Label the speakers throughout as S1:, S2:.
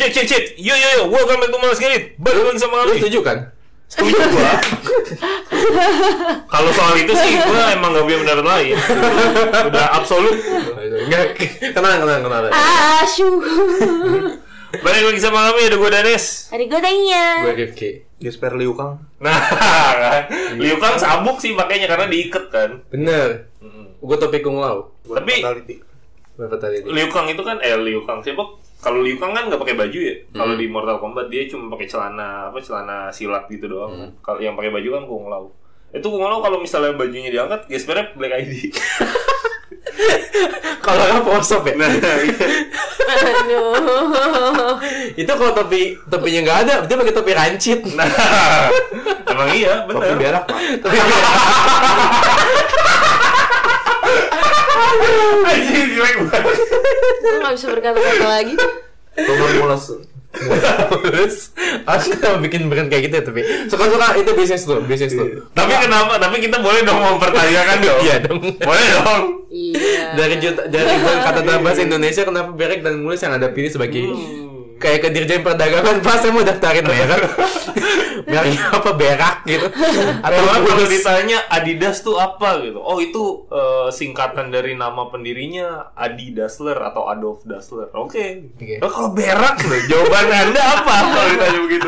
S1: Cek. Yo, welcome back to Malas Ngedit. Balik lagi sama
S2: Lu
S1: kami.
S2: setuju kan?
S1: Setuju gua. Kalau soal itu sih gua emang gak punya pendapat lain. Udah absolut.
S2: Enggak, kenal.
S3: Asyuh.
S1: Balik lagi sama kami, ada gua Danes.
S3: Ada godanya.
S2: Gue Rifki.
S4: Gesper Liu Kang.
S1: Nah, kan. Liu Kang sabuk sih pakainya karena diikat kan.
S2: Bener. Gue topi Kung Lao.
S1: Tapi
S2: Berapa tadi?
S1: Liu Kang itu kan Liu Kang siapa? Kalau Liu Kang kan nggak pakai baju ya. Kalau di Mortal Kombat dia cuma pakai celana silat gitu doang. Kalau yang pakai baju kan Kung Lao. Itu Kung Lao kalau misalnya bajunya diangkat, gespernya Black ID.
S2: Kalau nggak posop ya.
S1: Nah,
S3: Aduh.
S2: Itu kalau topinya nggak ada, dia pakai topi rancit.
S1: nah, emang iya
S4: Topi
S1: bener.
S4: berak, Pak.
S1: Anjir jelek banget.
S3: Gue gak bisa berkata-kata lagi.
S4: Tomang mulas.
S2: Terus, aku sama bikin brand kayak gitu ya, tapi suka-suka itu bisnis tuh.
S1: Tapi kenapa? Tapi kita boleh dong mempertanyakan dong.
S2: Iya dong.
S1: Boleh dong.
S3: Iya.
S2: Dari kata bahasa Indonesia, kenapa berek dan mulus yang ada pilih sebagai kayak ke Dirjen Perdagangan, pas saya mau daftarin merek. Mereknya apa, berak gitu.
S1: Atau kalau ditanya Adidas tuh apa gitu. Oh, itu singkatan dari nama pendirinya Adi Dassler atau Adolf Dassler. Oke.
S2: Oke.
S1: Nah, kalau berak loh, jawaban Anda apa kalau ditanya begitu?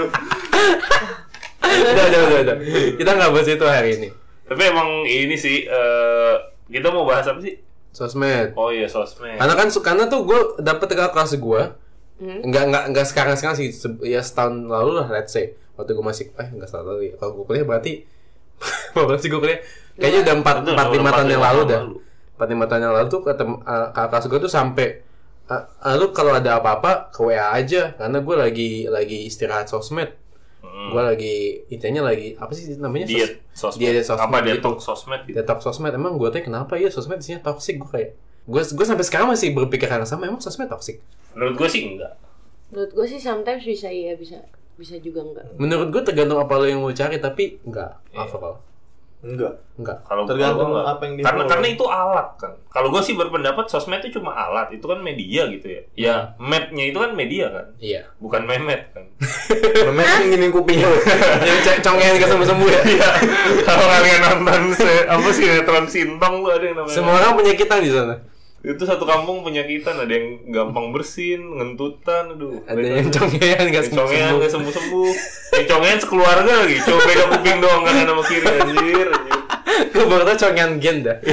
S2: Udah. Kita nggak bahas itu hari ini.
S1: Tapi emang ini sih kita mau bahas apa sih?
S2: Sosmed.
S1: Oh iya, sosmed.
S2: Karena tuh gue dapet ke kelas gue. Enggak sekarang sih, ya setahun lalu lah, let's say. Waktu gue masih enggak setahun lalu ya. Kalau gue kuliah berarti berapa sih gue kuliah? Kayaknya udah 4-5 tahun yang lalu dah. 4-5 tahun yang lalu tuh kakak kelas gue tuh sampai lu kalau ada apa-apa ke WA aja, karena gue lagi istirahat sosmed. Gue lagi intinya lagi apa sih namanya?
S1: Diet sosmed.
S2: Diet sosmed.
S1: Apa
S2: gitu.
S1: detox sosmed gitu?
S2: Detox sosmed. Emang gue tanya kenapa ya sosmed isinya toxic? Gue kayak gue sampai sekarang masih berpikir yang sama, emang sosmed toxic?
S1: Menurut gue sih enggak.
S3: Menurut gue sih sometimes bisa iya, bisa juga enggak.
S2: Menurut gue tergantung apa lo yang mau cari, tapi enggak overall.
S4: Enggak.
S1: Kalau
S4: Tergantung
S1: gua
S4: apa yang
S1: karena itu alat kan. Kalau gue sih berpendapat sosmed itu cuma alat, itu kan media gitu ya. Ya, map-nya itu kan media kan.
S2: Iya.
S1: Bukan memet kan.
S4: Memet nginin kupingnya.
S2: Yang congeng ke sembuh ya.
S1: Iya. Kalau kalian nonton apa sih sinetron Sintong tuh ada yang namanya.
S2: Semua orang penyakitan di sana.
S1: Itu satu kampung penyakitan, ada yang gampang bersin, ngentutan, aduh.
S2: Ada yang congean enggak
S1: congean
S2: sembuh.
S1: nggak sembuh. Yang congean sekeluarga lagi, coba beda kuping doang kanan sama kiri anjir.
S2: Gue baru tau congean gen dah.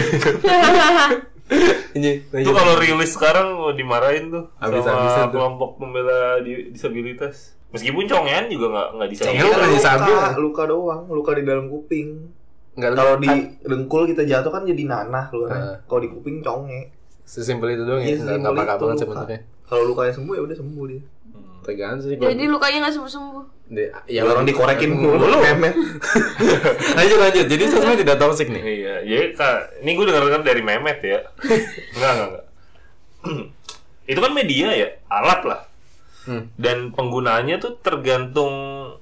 S1: Itu kalau rilis sekarang dimarahin tuh
S2: Habis-habisan
S1: sama
S2: tuh.
S1: kelompok pembela disabilitas. Meskipun congean juga nggak
S2: Congean
S1: disabilitas.
S2: kan disabil.
S4: Luka doang, luka di dalam kuping.
S2: Enggak,
S4: Kalau di dengkul kita jatuh kan jadi nanah lu kan. Kalau di kuping conge.
S2: sesimpel itu doang ya.
S4: Iya,
S2: Enggak pakar
S4: itu
S2: banget
S4: luka.
S2: sebenarnya.
S4: Kalau lukanya sembuh ya udah sembuh dia.
S2: Tergantung sih.
S3: Jadi lukanya nggak sembuh-sembuh.
S2: Ya
S4: Orang dikorekin mulu memet.
S2: lanjut. Jadi sosmed tidak toxic nih.
S1: Iya, jadi ini gue dengar dari Mehmet ya. Enggak. Itu kan media ya, alat lah. Dan penggunaannya tuh tergantung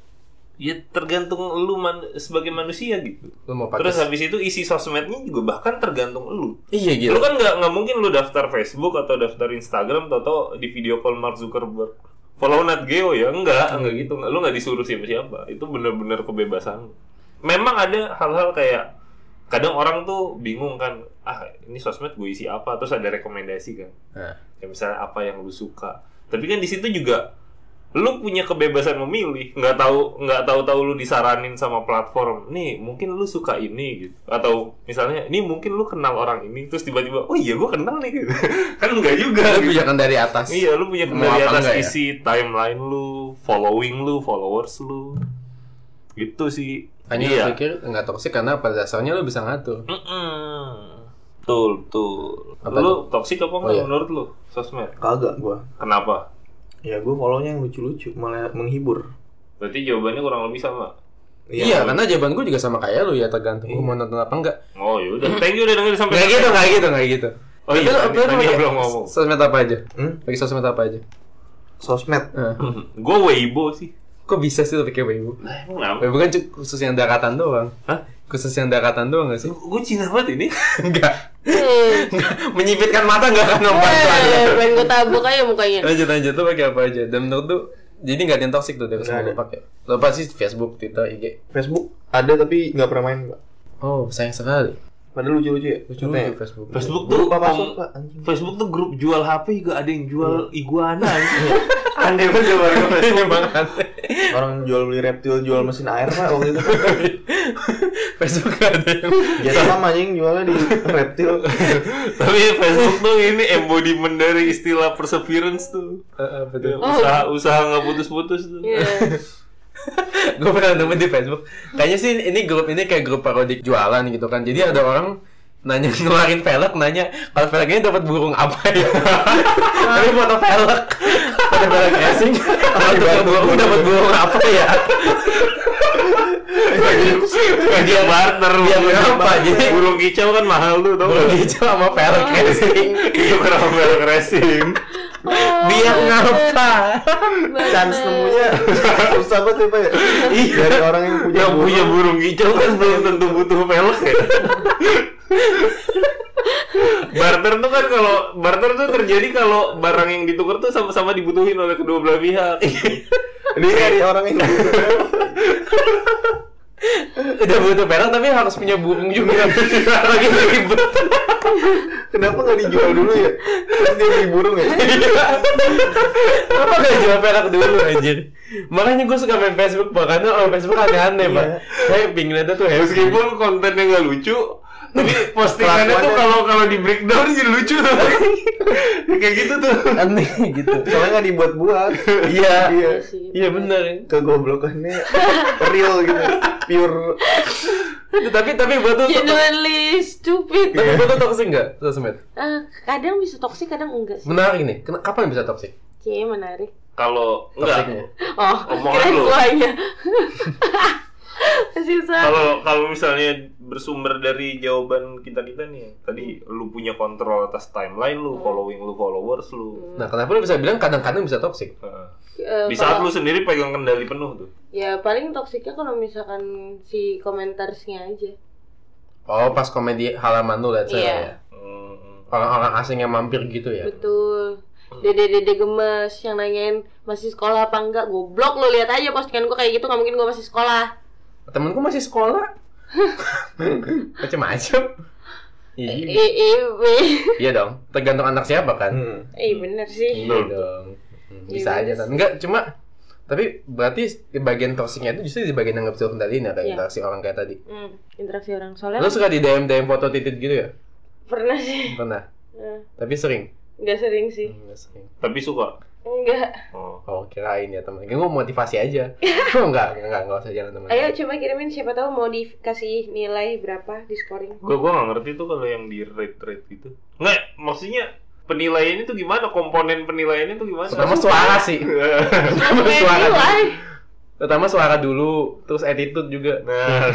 S1: lu sebagai manusia gitu.
S2: Lu mau pakai.
S1: Terus habis itu isi sosmednya juga bahkan tergantung lu.
S2: Iya gitu.
S1: Lu kan nggak mungkin lu daftar Facebook atau daftar Instagram atau di video call Mark Zuckerberg. Follow Nat Geo ya? Enggak gitu. Lu nggak disuruh siapa-siapa. Itu bener-bener kebebasan. Memang ada hal-hal kayak kadang orang tuh bingung kan, ini sosmed gue isi apa? Terus ada rekomendasi kan. Kayak misalnya apa yang lu suka. Tapi kan di situ juga lu punya kebebasan memilih, nggak tahu lu disaranin sama platform. Nih, mungkin lu suka ini gitu. Atau misalnya, nih mungkin lu kenal orang ini, terus tiba-tiba, oh iya gua kenal nih gitu. Kan enggak juga.
S2: Lu
S1: Gitu.
S2: pijakan dari atas.
S1: Iya, lu punya
S2: Mau
S1: dari
S2: apa
S1: atas
S2: enggak ya?
S1: isi timeline lu, following lu, followers lu. Gitu sih.
S2: Hanya
S1: Iya.
S2: lu pikir enggak toxic karena pada dasarnya lu bisa ngatur.
S1: Betul.
S2: Apa
S1: Lu toksik apa enggak
S2: iya.
S1: menurut lu sosmed?
S4: Kagak gua.
S1: Kenapa?
S4: Ya gua follow-nya yang lucu-lucu, malah menghibur.
S1: Berarti jawabannya kurang lebih sama.
S2: Iya, karena jawaban gue juga sama kayak lu ya, tergantung lu mau nonton apa enggak.
S1: Oh yaudah, thank you udah dengerin sampai
S2: Enggak gitu.
S1: Oh iya,
S2: Lu
S1: tadi
S2: pakai
S1: belum ngomong.
S2: Sosmed apa aja? Pakai sosmed apa aja?
S4: Sosmed.
S1: Gue Weibo sih.
S2: Kok bisa sih lu pakai Weibo?
S1: Emang kenapa?
S2: Weibo kan khusus yang daratan doang.
S1: Hah?
S2: Khusus yang daratan doang gak sih?
S1: Gue Cina banget ini.
S2: Enggak. Menyipitkan mata gak akan membantu.
S3: Pengen gue tabuk aja mukanya.
S2: Lanjut tuh pakai apa aja? Dan menurut tuh jadi nggak ada yang toxic tuh dari semua lo pakai. Lo pasti Facebook, Twitter, IG.
S4: Facebook ada tapi nggak pernah main, Pak.
S2: Oh, sayang sekali.
S4: Padahal lucu-lucu ya.
S2: Lucu Facebook.
S1: Facebook tuh
S4: Lupa password, Pak, anjing.
S1: Facebook tuh grup jual HP juga ada yang jual iguana. Aneh banget orang Facebook banget.
S4: Orang jual beli reptil, jual mesin air, Pak, waktu itu.
S2: Facebook gak ada yang
S4: Jadi sama anjing jualnya di reptil.
S1: Tapi Facebook tuh ini embodiment dari istilah perseverance tuh.
S2: betul.
S1: Usaha nggak putus-putus tuh.
S2: Gue pernah nemu di Facebook. Kayaknya sih ini grup ini kayak grup parodik jualan gitu kan. Jadi ada orang nanya ngeluarin velg, nanya kalau velg ini dapat burung apa ya? Tapi foto velg, foto velg racing, kalau dapat burung dapat burung apa ya?
S1: Dia barter
S2: Dia berapa? Jadi
S1: burung kicau kan mahal tuh, tau
S2: burung
S1: nggak?
S2: hijau sama velg racing.
S1: Itu karena velg racing.
S2: Dia ngapa?
S4: Chance nemunya susah banget ya, Pak ya. Dari orang yang punya
S1: Yang punya burung kicau kan belum tentu butuh velg ya. Barter tuh kan kalau barter tuh terjadi kalau barang yang ditukar tuh sama-sama dibutuhin oleh kedua belah pihak.
S4: Ini dari orang yang
S2: Udah butuh velg tapi harus punya burung juga. Lagi ribet.
S4: kenapa nggak dijual dulu ya? Terus dia beli burung ya?
S2: Kenapa gak jual velg dulu anjir? Makanya gue suka main Facebook Pak, karena Facebook aneh-aneh Pak. Saya pingin lihat tuh
S1: Meskipun kontennya nggak lucu, tapi postingannya tuh kalau di breakdown jadi lucu tuh. Kayak gitu tuh.
S2: aneh gitu.
S4: Soalnya nggak dibuat-buat.
S2: Iya.
S4: Iya.
S2: Iya benar.
S4: Kegoblokannya real gitu. Pure.
S2: Tapi buat tuh
S3: Genuinely stupid.
S2: tapi buat tuh toxic enggak? Sosmed.
S3: Kadang bisa toksik, kadang enggak sih.
S2: Menarik nih. Kapan bisa toxic?
S3: Cie, menarik.
S1: Kalau enggak,
S2: Toksiknya.
S3: Oh,
S1: Omongan
S3: keren
S1: lu.
S3: guanya. Susah.
S1: kalau misalnya bersumber dari jawaban kita nih, tadi lu punya kontrol atas timeline lu, following lu, followers lu.
S2: Nah, kenapa lu bisa bilang kadang-kadang bisa toxic?
S1: Di saat lu sendiri pegang kendali penuh tuh.
S3: Ya paling toksiknya kalau misalkan si komentarsnya aja.
S2: Oh, pas komedi halaman lu let's say
S3: Iya.
S2: ya. Orang-orang asing yang mampir gitu ya.
S3: Betul. Dede gemes yang nanyain masih sekolah apa enggak. Goblok, lu lihat aja postingan gua kayak gitu, nggak mungkin gua masih sekolah.
S2: Temenku masih sekolah. Macam-macam. Iya. Iya dong. Tergantung anak siapa kan.
S3: Bener sih.
S2: Iya dong. Bisa aja kan. Enggak, cuma tapi berarti di bagian toksiknya itu justru di bagian yang nggak bisa kendaliin ya, kayak
S3: Iya.
S2: interaksi orang kayak tadi.
S3: Interaksi orang soalnya.
S2: Lu suka di DM foto titit gitu ya?
S3: Pernah sih.
S2: Pernah. Tapi sering.
S3: Enggak sering sih.
S2: Enggak sering.
S1: Tapi suka.
S3: Enggak.
S2: Oh, kirain ya teman. Gue motivasi aja. Oh, enggak usah jalan teman.
S3: Ayo coba kirimin, siapa tahu mau dikasih nilai berapa di scoring.
S1: Gua nggak ngerti tuh kalau yang di rate gitu. Nggak, maksudnya penilaiannya tuh gimana? Komponen penilaiannya tuh gimana?
S2: Pertama suara sih. Pertama suara.
S3: Nilai.
S2: Pertama suara dulu, terus attitude juga.
S1: Nah,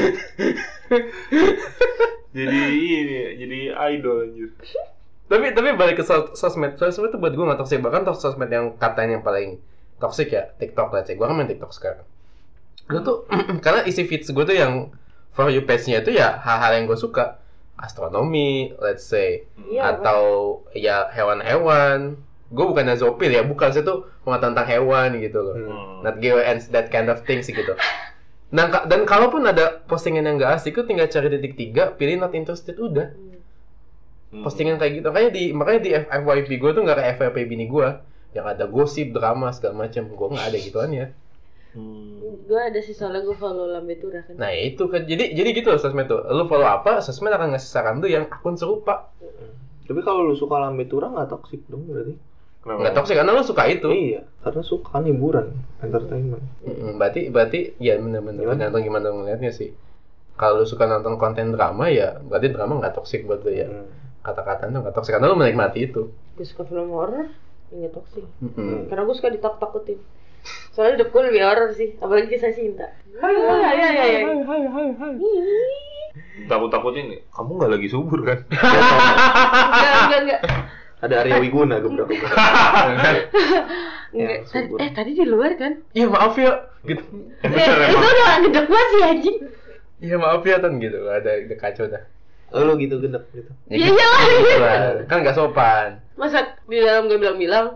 S1: jadi idol anjir.
S2: Tapi balik ke sosmed tuh buat gue nggak toxic, bahkan sosmed yang katanya paling toxic ya TikTok lah, gue kan main TikTok sekarang. Gue tuh karena isi feeds gue tuh yang for you page-nya itu ya hal-hal yang gue suka, astronomi, let's say, atau ya hewan-hewan. Gue bukannya zoopil ya, bukan, saya tuh pengetahuan tentang hewan gitu loh, not geo and that kind of things gitu. Nah, dan kalaupun ada postingan yang nggak asik, tuh tinggal cari titik 3, pilih not interested, udah. Postingan kayak gitu, makanya di FYP gue tuh nggak kayak FYP bini gue yang ada gosip, drama segala macam. Gue nggak ada gituan ya.
S3: Gue ada sih, soalnya gue follow Lambe Turah kan.
S2: Nah itu kan, jadi gitu loh sosmed tuh. Lu follow apa, sosmed akan ngasih saran tuh yang akun serupa.
S4: Tapi kalau lu suka Lambe Turah nggak toksik dong berarti?
S2: Nggak toksik karena lu suka itu.
S4: Iya, karena suka kan hiburan, entertainment.
S2: Berarti ya benar-benar tergantung gimana ngeliatnya sih. Kalau lu suka nonton konten drama ya berarti drama nggak toksik buat lu ya. Kata-katanya nggak toksik karena lu menikmati itu.
S3: Gue suka film horror, nggak toksik. Karena gue suka ditakut-takutin. Soalnya hidup gue lebih horror sih, apalagi kisah cinta. Hai.
S1: Takut-takutin nih. Kamu nggak lagi subur kan?
S3: Enggak.
S4: Ada Arya Wiguna gebrak.
S3: Tadi di luar kan?
S2: Iya maaf ya. Gitu.
S3: Itu udah ngedek banget sih anjing.
S2: Iya maaf ya Tan gitu, ada kacau dah.
S4: Oh lu gitu gendek gitu.
S3: Iya lah.
S2: Gitu, kan nggak sopan.
S3: Masa di dalam gak bilang-bilang?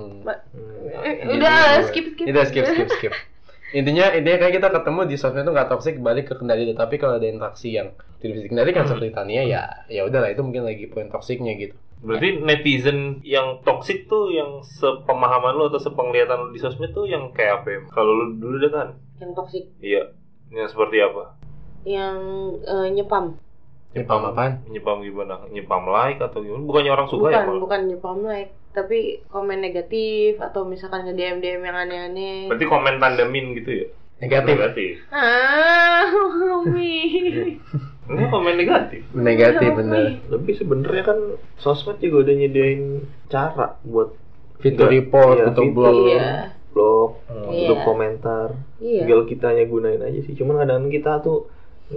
S3: Udah skip.
S2: Udah skip. Intinya kayak kita ketemu di sosmed itu nggak toksik, balik ke kendali. Tapi kalau ada interaksi yang tidak bisa dikendalikan seperti Tania, ya udahlah, itu mungkin lagi poin toksiknya gitu.
S1: Berarti netizen yang toksik tuh yang sepemahaman lu atau sepenglihatan lu di sosmed tuh yang kayak apa ya? Kalau lu dulu deh kan?
S3: Yang toksik.
S1: Iya. Yang seperti apa?
S3: Yang nyepam.
S2: Nyepam apaan?
S1: Nyepam gimana? Nyepam like atau gimana? Bukannya orang suka ya?
S3: Bukan nyepam like, tapi komen negatif atau misalkan nge-DM yang aneh-aneh.
S1: Berarti komen tandemin gitu ya? Negatif.
S3: Umi.
S1: Ini komen negatif.
S2: Negatif bener.
S4: Tapi sebenarnya kan sosmed juga udah nyediain cara buat
S2: Fitur report,
S4: iya,
S2: fitur
S4: blog,
S3: Iya.
S4: untuk komentar.
S3: Iya.
S4: Tinggal kitanya gunain aja sih. Cuman kadang kita tuh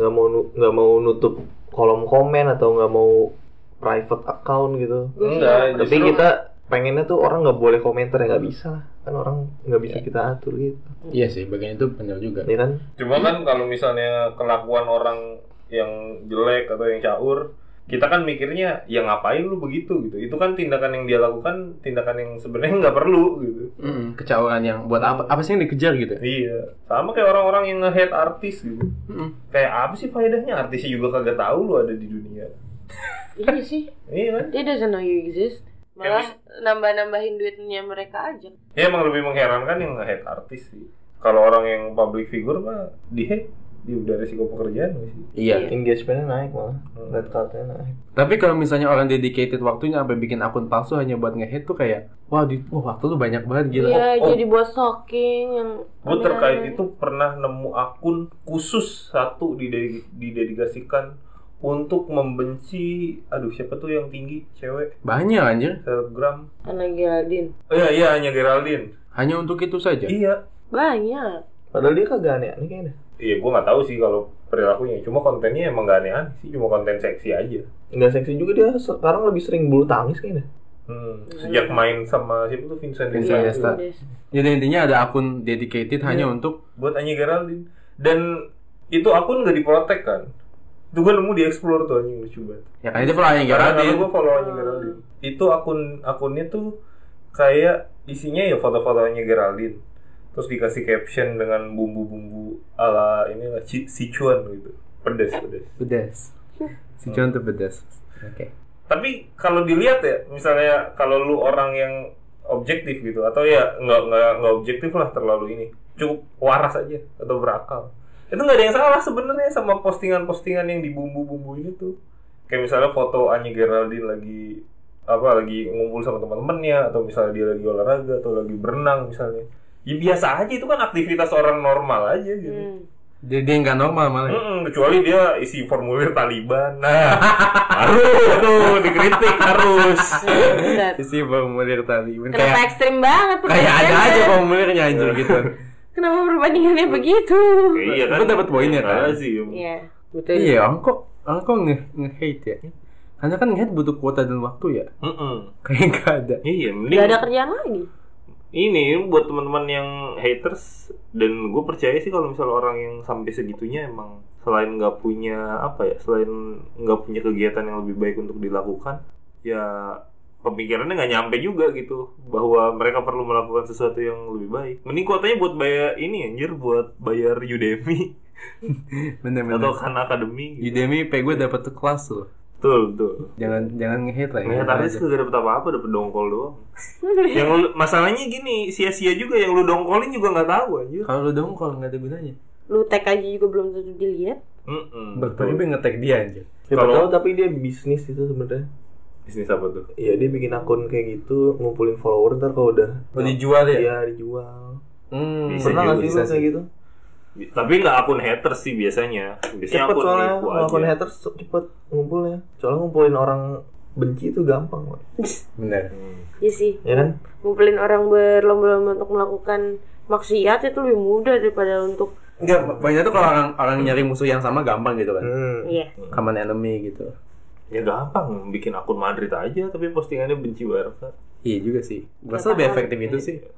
S4: nggak mau nutup kolom komen atau nggak mau private account gitu.
S1: Enggak,
S4: Tapi kita pengennya tuh orang nggak boleh komentar, ya nggak bisa lah. Kan orang nggak bisa kita atur gitu.
S2: Iya sih, bagian itu benar juga.
S4: Ini kan
S1: Cuma kan kalau misalnya kelakuan orang yang jelek atau yang caur, kita kan mikirnya ya ngapain lu begitu gitu. Itu kan tindakan yang dia lakukan, tindakan yang sebenarnya nggak perlu gitu.
S2: Kecauran yang buat apa sih yang dikejar gitu?
S1: Iya, sama kayak orang-orang yang nge-hate artis gitu. Kayak apa sih faedahnya, artisnya juga kagak tahu lu ada di dunia.
S3: Iya sih.
S1: Iya kan?
S3: Dia doesn't know you exist. Malah nambah-nambahin duitnya mereka aja.
S1: Ya emang lebih mengherankan yang nge-hate artis sih. Kalau orang yang public figure mah di-hate, ya udah resiko pekerjaan gak sih?
S2: Iya.
S4: engagementnya naik malah, red cardnya naik.
S2: Tapi kalau misalnya orang dedicated waktunya sampai bikin akun palsu hanya buat nge-hate tuh kayak, wah waktu lu banyak banget gila.
S3: Iya, jadi buat stalking yang
S1: Gue terkait itu pernah nemu akun khusus satu didedikasikan untuk membenci, aduh siapa tuh yang tinggi cewek
S2: Banyak anjir.
S1: selebgram.
S3: Ana Geraldine.
S1: Oh iya hanya Geraldine.
S2: Hanya untuk itu saja.
S1: Iya.
S3: Banyak.
S4: Padahal dia kagak aneh-aneh kayaknya.
S1: Iya, gue nggak tahu sih kalau perilakunya. Cuma kontennya emang nggak aneh-aneh sih, cuma konten seksi aja.
S4: Nggak seksi juga dia, sekarang lebih sering bulu tangis kayaknya.
S1: Sejak main sama siapa tuh Vincent
S2: Desta.
S3: Yes.
S2: Jadi intinya ada akun dedicated hanya untuk
S1: buat Anya Geraldine. Dan itu akun nggak diprotek kan? Itu gue nemu di explore tuh, anjing lucu banget.
S2: ya kan itu follow Anya Geraldine.
S1: Gue follow Anya Geraldine. Itu akunnya tuh kayak isinya ya foto-foto Anya Geraldine. Terus dikasih caption dengan bumbu-bumbu ala inilah Sichuan gitu. Pedas.
S2: Si John tuh pedas. Oke.
S1: Tapi kalau dilihat ya, misalnya kalau lu orang yang objektif gitu, atau ya nggak objektif lah, terlalu ini, cukup waras aja atau berakal, itu nggak ada yang salah sebenarnya sama postingan-postingan yang dibumbu-bumbuin itu. Kayak misalnya foto Anya Geraldine lagi ngumpul sama teman-temannya, atau misalnya dia lagi olahraga atau lagi berenang misalnya. Ya biasa aja, itu kan aktivitas orang normal aja gitu.
S2: Dia nggak normal malah.
S1: Kecuali dia isi formulir Taliban. Nah, harus tuh dikritik harus.
S2: Isi formulir Taliban.
S3: Kenapa ekstrim banget
S2: Kayak ada aja formulirnya anjir gitu.
S3: Kenapa perbandingannya begitu?
S1: Iya kan.
S2: Lu dapat poinnya kan?
S1: Sih.
S3: Iya, betul.
S2: Iya, orang kok nge-hate ya. Karena kan nge-hate butuh kuota dan waktu ya. Kayak nggak ada.
S1: Iya, mending.
S3: Gak ada kerjaan lagi.
S1: Ini buat teman-teman yang haters, dan gue percaya sih kalau misalnya orang yang sampai segitunya emang selain nggak punya selain nggak punya kegiatan yang lebih baik untuk dilakukan, ya pemikirannya nggak nyampe juga gitu bahwa mereka perlu melakukan sesuatu yang lebih baik. Mending kuotanya buat bayar ini anjir, buat bayar Udemy
S2: Bener.
S1: atau Khan Academy gitu.
S2: Udemy gue dapat tuh kelas loh.
S1: Betul.
S2: Jangan nge-hate lah.
S1: Nge-hate artis kagak dapet apa-apa, dapet dongkol doang. Masalahnya gini, sia-sia juga, yang lu dongkolin juga nggak tahu anjir.
S2: Kalau lu dongkol nggak ada gunanya.
S3: Lu tag aja juga belum tentu dilihat.
S2: Betul. Tapi nge-tag dia anjir.
S4: Siapa tahu tapi dia bisnis itu sebenarnya.
S1: Bisnis apa tuh?
S4: Iya, dia bikin akun kayak gitu, ngumpulin follower, ntar kalau udah
S2: dijual ya?
S4: Iya, dijual.
S1: Bisa
S4: Pernah nggak
S1: juga,
S4: sih lu kayak gitu?
S1: Tapi nggak akun haters sih biasanya.
S4: Cepet soalnya, akun haters cepet ngumpulnya. Soalnya ngumpulin orang benci itu gampang, Pak.
S2: Bener.
S3: Iya sih.
S4: Ya kan?
S3: Ngumpulin orang berlomba-lomba untuk melakukan maksiat itu lebih mudah daripada untuk
S2: Enggak, banyak tuh kalau orang nyari musuh yang sama gampang gitu kan.
S3: Iya.
S2: Common enemy gitu.
S1: Ya gampang, bikin akun Madrid aja tapi postingannya benci Barca.
S2: Iya juga sih. Gua rasa lebih efektif itu sih.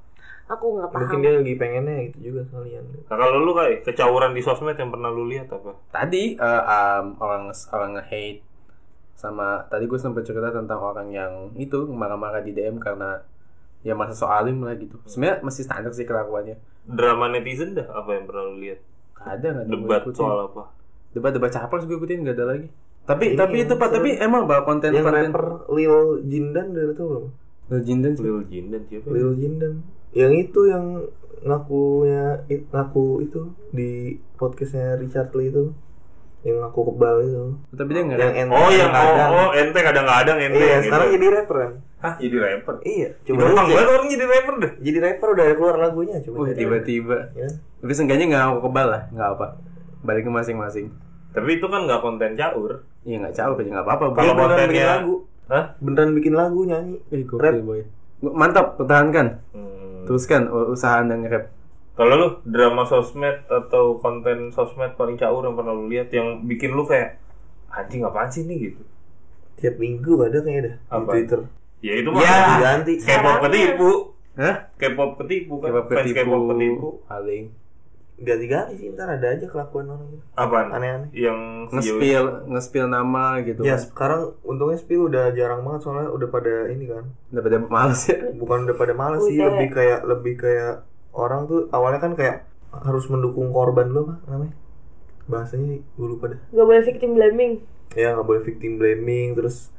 S3: Aku nggak paham.
S4: Mungkin dia lagi pengennya itu juga sekalian.
S1: Nah, kalau lu kayak kecauran di sosmed yang pernah lu lihat apa?
S2: Tadi orang nge-hate, sama tadi gue sempat cerita tentang orang yang itu marah-marah di DM karena ya masa soalim lah gitu. Sebenarnya masih standar sih kelakuannya.
S1: Drama netizen dah apa yang pernah lu lihat?
S2: Ada nggak?
S1: Debat soal apa?
S2: Debat capres gue ikutin nggak ada lagi. Tapi
S4: Ini
S2: itu Pak, tapi emang bakal konten
S4: yang rapper Lil Jindan udah tahu belum?
S2: Lil Jindan sih.
S1: Lil Jindan siapa?
S4: Lil Jindan. Yang itu yang ngaku itu di podcastnya Richard Lee itu, yang ngaku kebal itu.
S2: Tapi dia nggak.
S4: Yang
S1: ente kadang-kadang ente.
S4: Iya,
S1: gitu.
S4: sekarang jadi rapper kan?
S1: Hah, jadi rapper?
S4: Iya,
S1: Coba
S4: coba
S1: bang, banget orang jadi rapper deh.
S4: jadi rapper udah keluar lagunya, coba.
S2: Wah, tiba-tiba.
S4: Ya.
S2: Tapi seenggaknya nggak aku kebal lah, nggak apa. Balik ke masing-masing.
S1: Tapi itu kan nggak konten caur.
S2: Iya nggak jauh, nggak apa-apa.
S1: Kalau
S4: Beneran
S1: kontennya-
S4: bikin lagu.
S1: Hah?
S4: Beneran bikin lagu, nyanyi.
S2: Gokil boy. Mantap, pertahankan. Teruskan usaha Anda nge-rap.
S1: Kalau lu drama sosmed atau konten sosmed paling caur yang pernah lu lihat yang bikin lu kayak anjing apaan sih ini gitu?
S4: Tiap minggu ada kayaknya dah di
S1: Apa?
S4: Twitter.
S1: Ya itu mah
S4: Ganti.
S1: K-pop ketipu.
S2: Hah?
S1: K-pop ketipu kan?
S2: K-pop
S1: Fans K-pop ketipu.
S2: paling
S4: Ganti-ganti sih, ntar ada aja kelakuan orang gitu.
S1: Apaan?
S4: Aneh-aneh.
S1: Yang
S2: nge-spill nama gitu
S4: Ya
S2: kan.
S4: sekarang untungnya spill udah jarang banget soalnya udah pada ini kan.
S2: Udah pada males ya.
S4: Bukan udah pada males sih,
S3: Udah.
S4: lebih kayak orang tuh awalnya kan kayak harus mendukung korban dulu apa namanya? Bahasanya gue lupa dah.
S3: Gak boleh victim blaming.
S4: Ya nggak boleh victim blaming, terus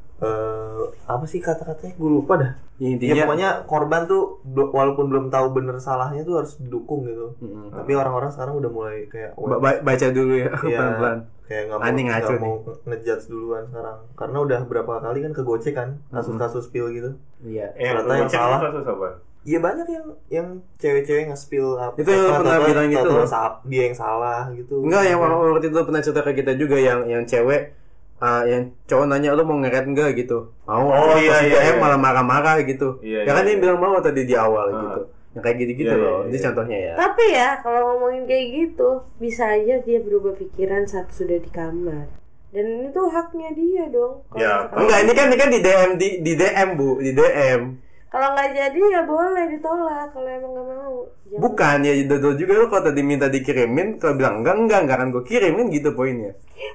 S4: apa sih kata-katanya gue lupa dah.
S2: Ya,
S4: Ya
S2: intinya
S4: pokoknya korban tuh walaupun belum tahu bener salahnya tuh harus didukung gitu. Tapi orang-orang sekarang udah mulai kayak
S2: baca dulu ya
S4: Iya,
S2: pelan-pelan.
S4: kayak nggak
S2: Aneh ngaco
S4: mau ngejudge duluan sekarang karena udah berapa kali kan kegocek kan kasus-kasus spill gitu.
S2: Iya.
S4: Ternyata yang
S1: cek
S4: salah.
S1: kasus apa?
S4: Iya banyak yang cewek-cewek nge-spill apa
S2: Itu yang pernah bilang gitu loh.
S4: dia yang salah gitu.
S2: Enggak, yang waktu itu pernah cerita ke kita juga yang cewek yang cowok nanya lu mau ngeret enggak gitu. Mau.
S1: Oh, iya,
S2: Pas
S1: iya,
S2: DM
S1: iya.
S2: malah marah-marah gitu.
S1: Iya,
S2: Ya kan
S1: iya,
S2: dia
S1: iya.
S2: bilang mau tadi di awal gitu. Yang kayak gitu-gitu
S1: Iya,
S2: loh.
S1: iya,
S2: Itu
S1: iya.
S2: contohnya ya.
S3: Tapi ya kalau ngomongin kayak gitu, bisa aja dia berubah pikiran saat sudah di kamar. Dan itu haknya dia dong. Kalau
S1: Ya,
S3: misalkan-
S2: Enggak, ini kan di DM di DM Bu, di DM.
S3: Kalau nggak jadi ya boleh ditolak. Kalau emang nggak mau. Jangan.
S2: Bukan ya Dodo juga lu kalau tadi minta dikirimin, kalau bilang enggak akan gue kirimin gitu poinnya.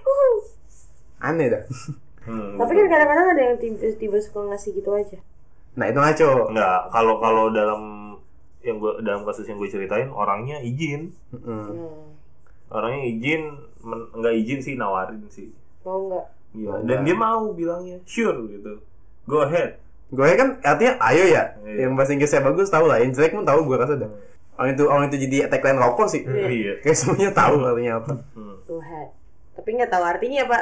S2: Aneh dah.
S3: Tapi kan kadang-kadang ada yang tiba-tiba suka ngasih gitu aja.
S2: Nah, itu ngaco.
S1: Enggak, kalau dalam dalam kasus yang gue ceritain orangnya izin. Orangnya izin, enggak izin sih nawarin sih.
S3: Mau nggak?
S1: Iya, dan dia mau bilangnya sure gitu. Go ahead.
S2: Gue kan artinya ayo ya.
S1: Iya.
S2: Yang bahasa Inggrisnya bagus tahu lah. Yang jelek pun tahu gue rasa dah. Orang itu jadi tagline rokok sih.
S1: Iya.
S2: Kayak semuanya tahu artinya apa.
S3: Go ahead. Tapi nggak tahu artinya pak.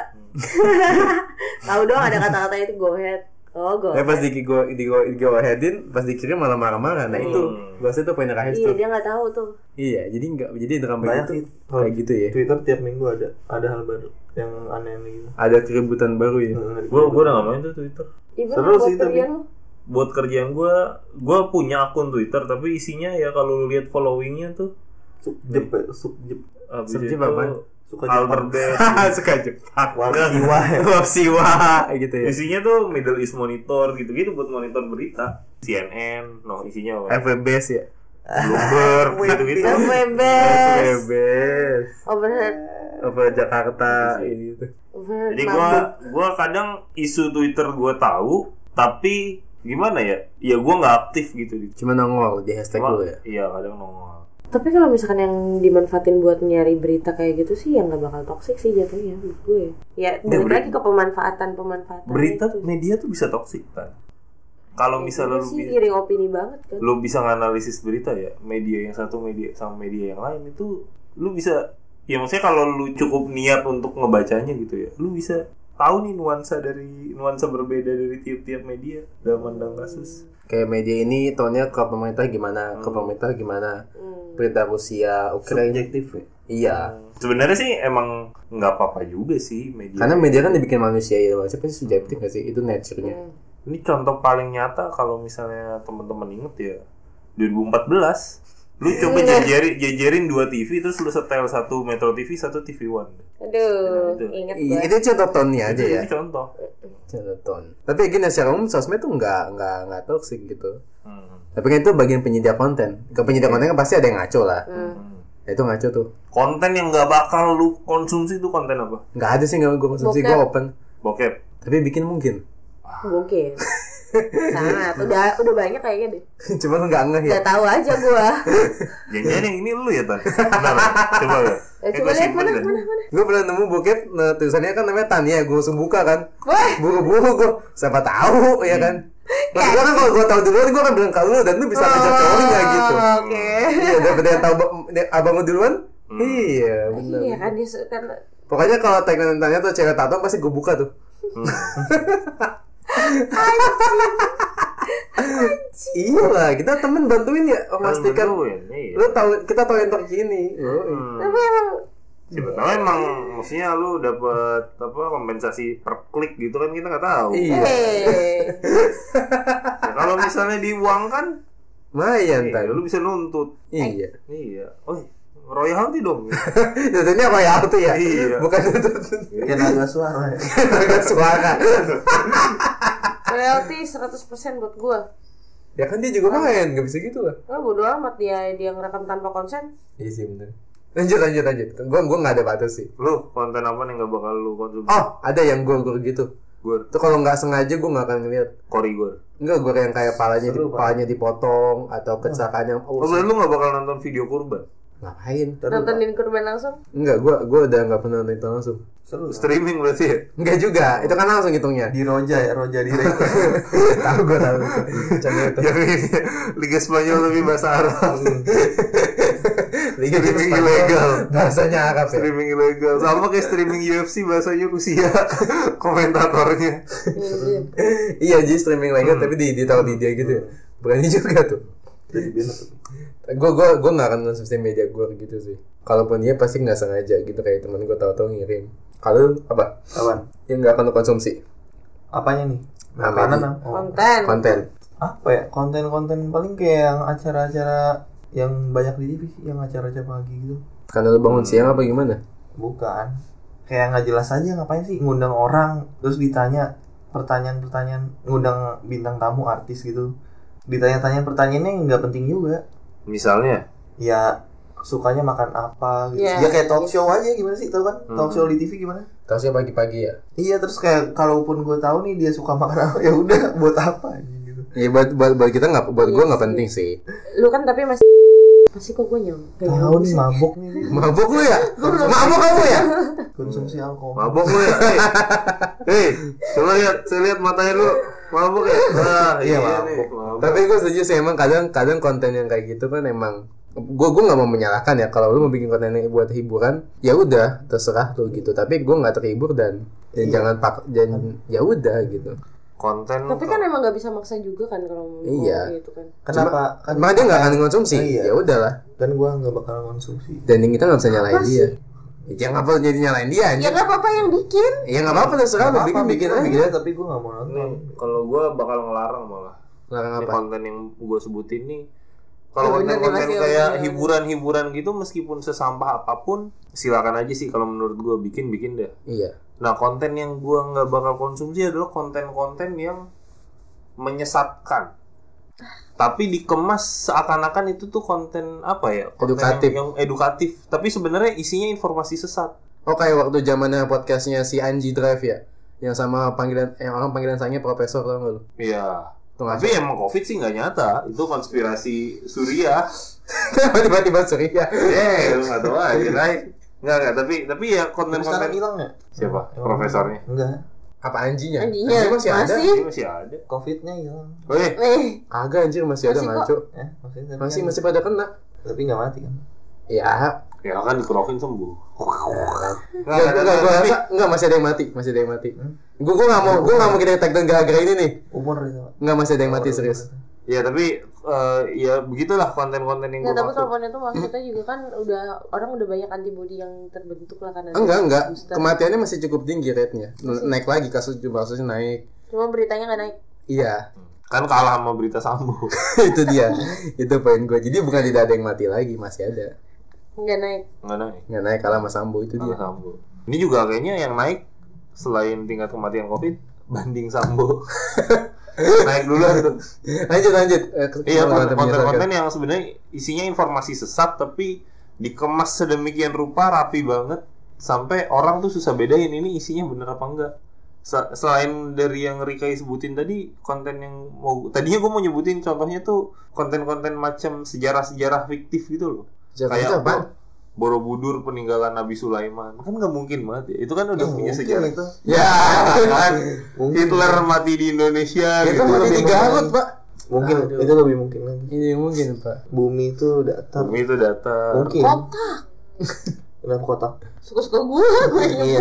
S3: Tahu dong ada kata-kata itu go ahead. Oh go.
S2: Pas go aheadin, pas dikirim malah marah-marah. Nah itu gue rasa itu poinnya Kahis
S3: Iya
S2: tuh.
S3: dia nggak tahu tuh.
S2: Iya, jadi drama
S4: Banyak
S2: itu
S4: sih
S2: kayak gitu ya.
S4: Twitter tiap minggu ada hal baru yang aneh-aneh gitu.
S2: Ada keributan baru ya.
S1: Gue udah nggak main tuh Twitter.
S3: Ibu
S4: Seru
S3: buat
S4: sih, tapi-
S3: kerjaan lu.
S1: Buat kerjaan gue punya akun Twitter tapi isinya ya kalau lu lihat followingnya tuh
S4: Subjep.
S1: habis
S2: Subjek
S1: itu
S2: apa?
S4: Suka
S1: Albert
S4: Jepang.
S1: Best.
S2: Suka Jepang.
S4: Warna jiwa.
S2: Wah, siwa gitu ya.
S1: Isinya tuh Middle East Monitor gitu-gitu buat monitor berita. CNN, isinya apa?
S2: FBS ya.
S1: Bloomberg gitu-gitu.
S3: Bebes.
S2: FBS.
S3: Overhead.
S2: Apa Jakarta ini tuh.
S3: Overhead.
S1: Jadi gua kadang isu Twitter gua tahu tapi gimana ya? Ya gua nggak aktif gitu.
S2: Cuma nongol di hashtag
S1: Cuma,
S2: lu ya.
S1: Iya kadang nongol.
S3: Tapi kalau misalkan yang dimanfaatin buat nyari berita kayak gitu sih yang nggak bakal toksik sih jatuhnya menurut gue. Ya balik lagi ke pemanfaatan
S1: Berita
S3: itu.
S1: media tuh bisa toksik kan? Kalau misalnya lu
S3: sih giring opini banget kan.
S1: lu bisa nganalisis berita ya, media yang satu media sama media yang lain itu lu bisa ya maksudnya kalau lu cukup niat untuk ngebacanya gitu ya, lu bisa tahu nih nuansa berbeda dari tiap-tiap media dalam pandang kasus.
S2: Kayak media ini tonnya ke pemerintah gimana, ke pemerintah gimana. Berita Rusia, Ukraina.
S4: Subjektif ya.
S2: Iya.
S1: Sebenarnya sih emang nggak apa-apa juga sih media.
S2: Karena media kan dibikin manusia ya, siapa sih subjektif nggak sih? Itu nature-nya.
S1: Ini contoh paling nyata kalau misalnya teman-teman inget ya 2014 lu coba jajarin 2 TV terus lu setel satu Metro TV satu TV One.
S3: Aduh,
S1: Itu.
S3: inget
S2: Iya,
S3: gue.
S2: itu contoh tonnya aja ya.
S1: Ini contoh.
S2: Contoh ton. Tapi gini secara umum sosmed tuh nggak toxic gitu. Tapi kan itu bagian penyedia konten. Ke penyedia konten kan pasti ada yang ngaco lah. Ya, itu ngaco tuh.
S1: Konten yang nggak bakal lu konsumsi itu konten apa?
S2: Nggak ada sih nggak gue konsumsi, gue open.
S1: Bokep.
S2: Tapi bikin mungkin.
S3: Mungkin. Sangat. Udah banyak kayaknya deh.
S2: Cuma lu nggak ngeh ya.
S3: Gak tahu aja gua.
S1: Jangan yang ini lu ya Tan. Benar. Coba ya.
S3: Coba lihat mana.
S2: Gue pernah nemu bokep, nah, tulisannya kan namanya Tania, gue langsung buka kan.
S3: Wah.
S2: Buru-buru gue, siapa tahu ya kan. Maksud gue kan kalau gue tahu duluan, gue akan bilang ke lu dan lu bisa ngajak cowoknya gitu.
S3: Oke.
S2: Iya, daripada yang tahu abang lu duluan. Iya, benar.
S3: Iya kan dia kan.
S2: Pokoknya kalau tagline Tania tuh cewek tato pasti gue buka tuh. Iya lah, kita temen bantuin ya, memastikan.
S1: Iya.
S2: Lu tahu, kita tahu yang terkini.
S3: Tapi emang
S1: Siapa tahu emang maksudnya lu dapat apa kompensasi per klik gitu kan kita nggak tahu.
S2: Iya.
S1: Ya, kalau misalnya diuangkan,
S2: Lumayan tadi.
S1: lu bisa nuntut.
S2: Iya.
S1: Iya. Oh, royalti dong.
S2: Tentunya royalti ya.
S1: Iya.
S2: Bukan
S4: Tenaga suara.
S2: tenaga suara.
S3: royalti 100% buat gua.
S2: Ya kan dia juga main, nggak bisa gitu lah.
S3: Oh, bodo amat dia ngerekam tanpa konsen.
S2: Iya sih bener. Lanjut. Gue nggak ada batas sih.
S1: Lu konten apa nih nggak bakal lu konsumsi?
S2: Oh, ada yang gue gitu.
S1: Gue
S2: Tuh kalau nggak sengaja gue nggak akan ngeliat.
S1: korigor.
S2: Enggak, gue yang kayak
S4: Seru,
S2: palanya dipotong atau kecelakaan yang
S1: Oh, berarti lu nggak bakal nonton video kurban?
S2: ngapain?
S3: Nontonin kurban langsung.
S2: Enggak, gue udah nggak pernah nonton langsung.
S4: Seru.
S1: Streaming berarti ya?
S2: Enggak juga, itu kan langsung hitungnya.
S4: Di Roja ya, Roja di Reko.
S2: tahu gue Channel itu.
S1: Yang ini Liga Spanyol tapi bahasa Arab.
S2: Liga
S1: Streaming
S2: Spanyol,
S1: ilegal.
S2: bahasanya Arab ya.
S1: Streaming ilegal. Sama kayak streaming UFC bahasanya Rusia. Komentatornya.
S2: Iya, jadi streaming lagi tapi ditaruh di dia gitu ya. Berani juga tuh. Gue nggak akan konsumsi media gue gitu sih. Kalaupun dia pasti nggak sengaja gitu, kayak teman gue tahu-tahu ngirim. Kalau apa?
S4: Apaan?
S2: Yang nggak akan lu konsumsi.
S4: Apanya nih?
S2: Nah,
S4: Makanan
S2: media.
S4: apa?
S2: Konten.
S4: Apa ya? Konten-konten paling kayak yang acara-acara yang banyak di TV, yang acara-acara pagi gitu.
S2: Karena lu bangun siang apa gimana?
S4: Bukan. Kayak nggak jelas aja, ngapain sih ngundang orang terus ditanya pertanyaan-pertanyaan, ngundang bintang tamu artis gitu. Ditanya-tanya pertanyaannya nggak penting juga.
S1: Misalnya?
S4: Ya sukanya makan apa gitu.
S3: Ya,
S4: Ya kayak talk show aja, gimana sih, tau kan? Talk show di TV gimana?
S2: Tahu sih pagi-pagi ya.
S4: Iya, terus kayak kalaupun gue tahu nih dia suka makan apa, ya udah buat apa gitu.
S2: Iya, buat kita nggak, buat gue nggak penting sih.
S3: Lu kan tapi masih kok gue
S4: Tahu nih mabuk nih dia.
S2: Mabuk lu ya? Mabuk kamu ya?
S4: Konsumsi alkohol.
S1: Mabok lu ya? Hei, coba lihat, saya lihat matanya lu. Mabok ya? Ah,
S4: Iya,
S1: nih.
S4: mabok.
S2: Tapi gue setuju sih, emang kadang konten yang kayak gitu kan emang gue nggak mau menyalahkan ya. Kalau lu mau bikin konten yang buat hiburan, ya udah terserah tuh gitu. Tapi gue nggak terhibur dan jangan ya udah gitu.
S1: Konten.
S3: Tapi kan emang nggak bisa maksa juga kan kalau mau
S2: Iya.
S3: gitu kan.
S4: Kenapa?
S2: Emang dia nggak akan konsumsi.
S4: Iya.
S2: Ya udahlah.
S4: Kan gue nggak bakal konsumsi.
S2: Dan yang kita nggak bisa nyalain dia. Ya nggak apa jadi nyalain dia
S3: Ya
S2: aja.
S3: nggak apa-apa yang bikin.
S2: Ya nggak apa-apa terserah lu bikin aja.
S4: Tapi gue nggak mau nonton.
S1: Nih, kalau gue bakal ngelarang malah.
S2: Larang
S1: Ini
S2: apa?
S1: konten yang gue sebutin nih. Kalau
S3: Ya, bener nih,
S1: konten-konten
S3: Mas,
S1: kayak
S3: ya.
S1: hiburan-hiburan gitu meskipun sesampah apapun, silakan aja sih kalau menurut gue bikin deh.
S2: Iya.
S1: Nah, konten yang gue nggak bakal konsumsi adalah konten-konten yang menyesatkan. Tapi dikemas seakan-akan itu tuh konten apa ya? Konten
S2: Edukatif.
S1: yang edukatif. Tapi sebenarnya isinya informasi sesat.
S2: Oh, kayak waktu zamannya podcastnya si Anji Drive ya, yang sama orang panggilan sayangnya profesor, tau nggak lu?
S1: Iya.
S2: Tuh,
S1: Tapi emang COVID sih nggak nyata. Itu konspirasi Surya.
S2: tiba-tiba Surya.
S1: Lu nggak tahu aja, Ray. Nggak. Tapi ya
S4: Sekarang
S1: konten-konten.
S4: hilang ya?
S1: Siapa?
S4: Emang
S1: Profesornya?
S4: Enggak.
S2: Apa Anjinya?
S3: Anjinya
S2: Anji masih ada.
S1: Ini masih ada.
S4: Covid-nya hilang.
S1: Weh,
S2: Kagak anjir, masih ada
S3: Masih
S2: ngaco.
S4: Maksudnya tapi
S2: Masih
S4: kan-
S2: masih pada kena.
S4: Tapi nggak mati kan?
S2: Ya.
S1: ya kan dikerokin sembuh.
S2: Enggak, masih ada yang mati, Gue nggak mau kita take down gara-gara ini nih.
S4: Umur itu.
S2: Enggak, masih ada yang mati serius.
S1: Ya tapi ya begitulah konten-konten yang
S3: Nggak,
S1: gue
S3: tapi
S1: maksud.
S3: kalau itu maksudnya juga kan orang udah banyak antibody yang terbentuk lah karena
S2: Enggak.
S3: booster.
S2: Kematiannya masih cukup tinggi rate-nya. Naik lagi kasusnya naik.
S3: Cuma beritanya nggak naik.
S2: Iya.
S1: Kan kalah sama berita Sambo.
S2: Itu dia. Itu poin gue. Jadi bukan tidak ada yang mati lagi, masih ada.
S3: Nggak naik.
S1: Nggak naik.
S2: Naik kalah sama Sambo itu
S1: Kalah
S2: dia.
S1: Sambo. Ini juga kayaknya yang naik selain tingkat kematian COVID banding Sambo. Naik duluan tuh.
S2: Lanjut.
S1: Iya, konten-konten yang sebenarnya isinya informasi sesat tapi dikemas sedemikian rupa rapi banget sampai orang tuh susah bedain ini isinya bener apa enggak. Selain dari yang Rika sebutin tadi, konten yang tadinya gue mau nyebutin contohnya tuh konten-konten macam sejarah-sejarah fiktif gitu loh. Kayak Borobudur peninggalan Nabi Sulaiman, kan nggak mungkin banget ya. Itu kan udah punya sejarah
S4: itu.
S1: Ya kan, Hitler mati di Indonesia
S2: itu
S1: gitu.
S2: mati di Garut, Pak.
S4: Mungkin itu lebih mungkin lagi.
S2: Ini mungkin, Pak.
S4: Bumi itu datar. Mungkin.
S3: Kotak.
S4: Kenapa kotak?
S3: Suka-suka gue
S4: Iya.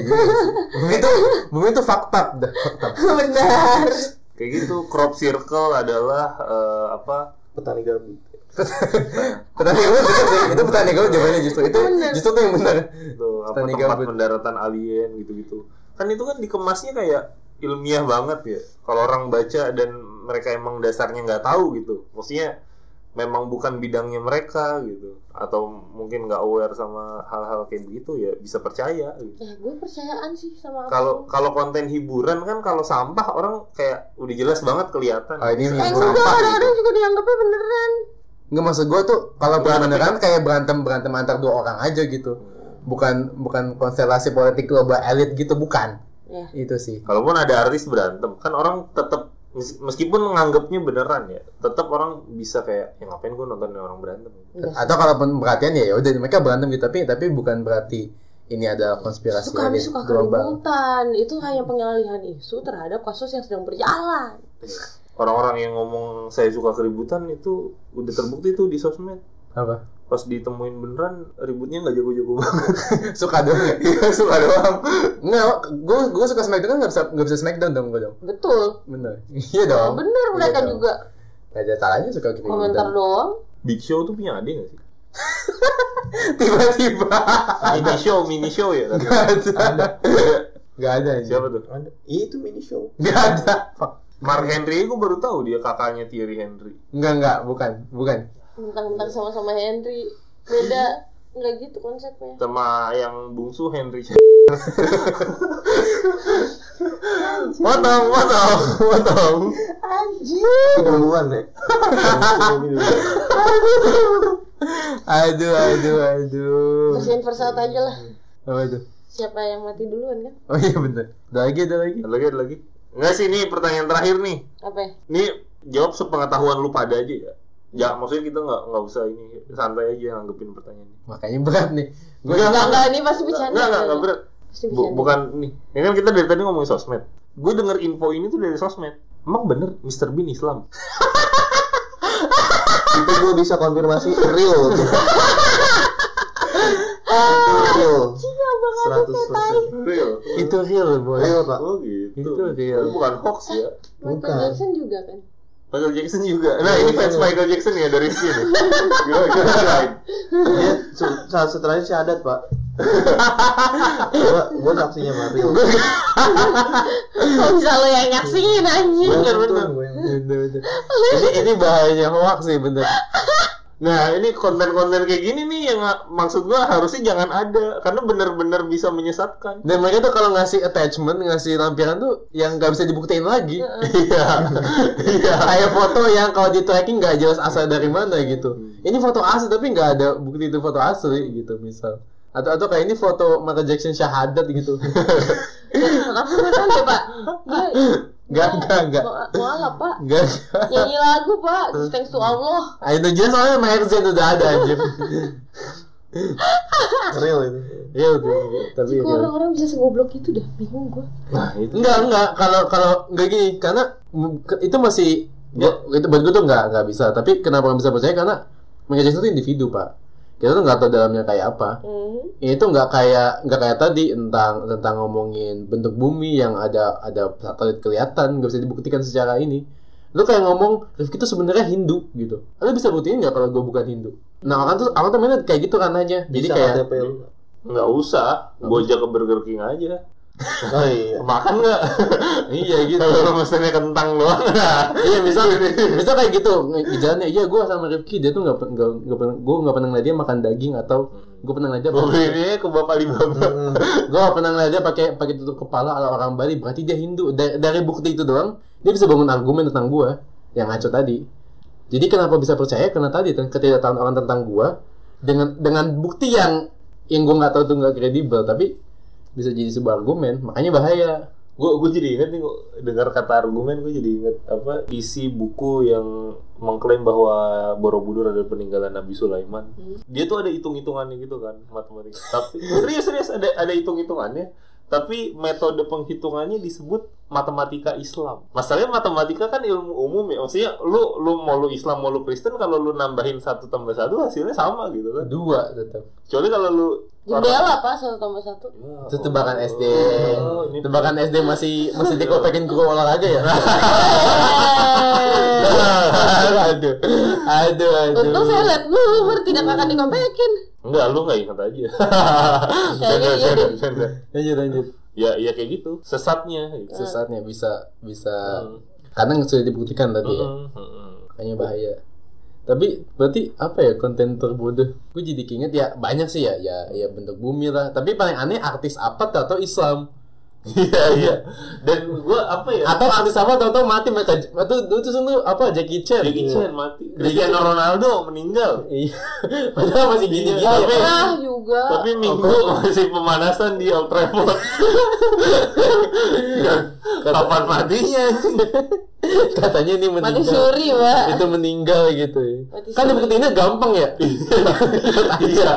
S2: Bumi itu fakta dah.
S3: benar.
S1: Kayak gitu. Crop circle adalah
S4: Petani gabut.
S2: Petani gabut itu petani gabut jawabannya justru itu yang benar.
S1: Tuh, tempat pendaratan alien gitu-gitu. Kan itu kan dikemasnya kayak ilmiah banget ya. Kalau orang baca dan mereka emang dasarnya nggak tahu gitu, maksudnya memang bukan bidangnya mereka gitu, atau mungkin nggak aware sama hal-hal kayak begitu ya bisa percaya gitu.
S3: Ya gue percayaan sih sama
S1: Kalau konten hiburan kan kalau sampah orang kayak udah jelas banget kelihatan.
S2: Ini
S3: enggak,
S1: sampah
S3: kadang-kadang
S1: gitu.
S3: juga dianggapnya beneran.
S2: Enggak, maksud gue tuh kalau beneran kayak berantem antar dua orang aja gitu. Bukan konstelasi politik global elit gitu, bukan.
S3: Ya.
S2: Itu sih.
S1: Kalaupun ada artis berantem, kan orang tetap meskipun menganggapnya beneran ya, tetap orang bisa kayak ya ngapain gue nonton orang berantem.
S2: Atau kalaupun perhatian ya udah mereka berantem gitu, tapi bukan berarti ini ada konspirasi
S3: Kami
S2: elit
S3: suka
S2: global.
S3: keributan. Itu hanya pengalihan isu terhadap kasus yang sedang berjalan.
S1: Orang-orang yang ngomong saya suka keributan itu udah terbukti tuh di sosmed.
S2: Apa?
S1: Pas ditemuin beneran ributnya nggak jago-jago banget.
S2: Suka doang.
S1: Iya suka doang.
S2: Enggak, gue suka Smackdown kan nggak bisa Smackdown dong gue dong.
S3: Betul.
S2: Bener. Iya dong.
S3: Bener mereka
S2: Iya dong.
S3: juga.
S2: Gak ada salahnya suka gitu.
S3: Komentar doang.
S1: Big Show tuh punya adik nggak sih?
S2: Tiba-tiba.
S1: Mini show ya.
S2: Ada. Gak ada.
S1: Siapa tuh?
S4: Ada. Itu mini show.
S2: Gak ada. Fuck.
S1: Mark Henry, gue baru tahu dia kakaknya Thierry Henry.
S2: Enggak, bukan.
S3: Mentang-mentang sama-sama Henry. Beda. Enggak gitu konsepnya.
S1: Sama yang bungsu Henry. Potong.
S3: Anjir.
S4: Duluan ya.
S2: Aduh.
S3: Kasihin Versat aja lah.
S2: Apa itu?
S3: Siapa yang mati duluan kan?
S2: Oh iya bener. Ada lagi.
S1: Enggak sih, ini pertanyaan terakhir nih.
S3: Apa?
S1: Ini jawab sepengetahuan lu pada aja ya. Ya maksudnya kita nggak usah ini, santai aja nanggepin pertanyaan ini.
S2: Makanya berat nih.
S3: Enggak, ini pasti bercanda.
S1: Enggak berat.
S3: Pasti bercanda.
S1: Bukan nih. Ya kan kita dari tadi ngomongin sosmed. Gue denger info ini tuh dari sosmed. Emang bener Mr. Bean Islam?
S4: Itu gue bisa konfirmasi real. Real. 100%.
S1: Real.
S2: Itu real, boy.
S4: Real, Pak.
S1: Oh gitu.
S2: Itu real.
S1: Itu bukan hoax ya.
S3: Michael
S4: Bukan.
S3: Jackson juga kan?
S1: Michael Jackson juga. Nah ini fans Michael Jackson ya dari sini. Gimana?
S4: Dia saat setelahnya syahadat, Pak. Gua saksinya Mario.
S3: Kok bisa lo yang nyaksiin anjing?
S2: Bener. Ini bahayanya hoax sih bener.
S1: Nah ini konten-konten kayak gini nih yang maksud gua harusnya jangan ada karena benar-benar bisa menyesatkan.
S2: Dan mereka tuh kalau ngasih attachment, ngasih lampiran tuh yang nggak bisa dibuktiin lagi.
S1: Iya.
S2: Kayak foto yang kalau di tracking nggak jelas asal dari mana gitu. Ini foto asli tapi nggak ada bukti itu foto asli gitu misal. Atau kayak ini foto Michael Jackson syahadat gitu.
S3: Apa beneran ya Pak?
S2: Enggak.
S3: Mau apa Pak?
S2: Enggak.
S3: Nyanyi lagu Pak, thanks to Allah.
S2: Itu jelas soalnya Michael Jackson udah ada anjir.
S4: Real itu.
S2: Real tuh. Tapi
S3: Kok orang-orang bisa segoblok itu dah, bingung gua.
S1: Nah itu.
S2: Enggak. Kalau enggak gini, karena itu masih itu buat gue tuh enggak bisa. Tapi kenapa nggak bisa percaya? Karena Michael Jackson itu individu, Pak. Kita tuh nggak tahu dalamnya kayak apa. Ini tuh nggak kayak tadi tentang ngomongin bentuk bumi yang ada satelit kelihatan nggak bisa dibuktikan secara ini. Lu kayak ngomong Rifki tuh sebenarnya Hindu gitu. Lu bisa buktiin nggak kalau gue bukan Hindu? Nah orang tuh mainnya kayak gitu kan aja. Jadi
S4: Bisa
S2: kayak
S4: KTP lu.
S1: Nggak usah, gue aja ke Burger King aja.
S4: Oh iya.
S1: Makan nggak?
S2: Iya gitu.
S1: Kalau mesennya kentang doang.
S2: Iya misal kayak gitu gejalanya. Iya gue sama Rifki dia tuh nggak pernah gue nggak pernah ngeliat dia makan daging atau gue pernah ngeliat dia
S1: Ini ke Bapak Alibaba.
S2: gue nggak pernah ngeliat dia pakai tutup kepala ala orang Bali, berarti dia Hindu. Dari bukti itu doang dia bisa bangun argumen tentang gue yang ngaco tadi. Jadi kenapa bisa percaya? Karena tadi ketidaktahuan orang tentang gue dengan bukti yang gue nggak tahu tuh nggak kredibel tapi bisa jadi sebuah argumen, makanya bahaya.
S1: Gue jadi inget nih dengar kata argumen, gue jadi inget isi buku yang mengklaim bahwa Borobudur adalah peninggalan Nabi Sulaiman. Dia tuh ada hitung-hitungannya gitu kan, matematika. Tapi serius ada hitung-hitungannya. Tapi metode penghitungannya disebut matematika Islam. Masalahnya matematika kan ilmu umum ya. Maksudnya lu mau lu Islam mau lu Kristen, kalau lu nambahin 1 tambah 1 hasilnya sama gitu kan.
S2: 2 tetap.
S1: Kecuali kalau lu
S3: jendela apa 1 tambah 1?
S2: Itu tebakan SD. Tebakan SD masih dikopekin guru olahraga ya. Aduh.
S3: Untung saya lihat lu tidak akan dikopekin.
S1: Enggak, lu nggak ingat aja.
S2: Lanjut.
S1: Ya kayak gitu. Sesatnya
S2: bisa kadang sudah dibuktikan tadi ya. Kayaknya bahaya. Tapi berarti apa ya konten terbodoh? Gue jadi keinget ya banyak sih ya bentuk bumi lah. Tapi paling aneh artis apa atau Islam.
S1: Iya. Dan gue apa ya?
S2: Atau artis apa tahu mati mereka. Itu apa Jackie Chan
S1: mati. Cristiano Ronaldo meninggal.
S2: Iya. Padahal masih gini
S3: ya. Juga.
S1: Tapi minggu masih pemanasan di Old Trafford. Kapan matinya?
S2: Katanya ini meninggal.
S3: Mati suri, Pak.
S2: Itu meninggal gitu ya. Kan dibuktiinnya gampang ya.
S1: Iya.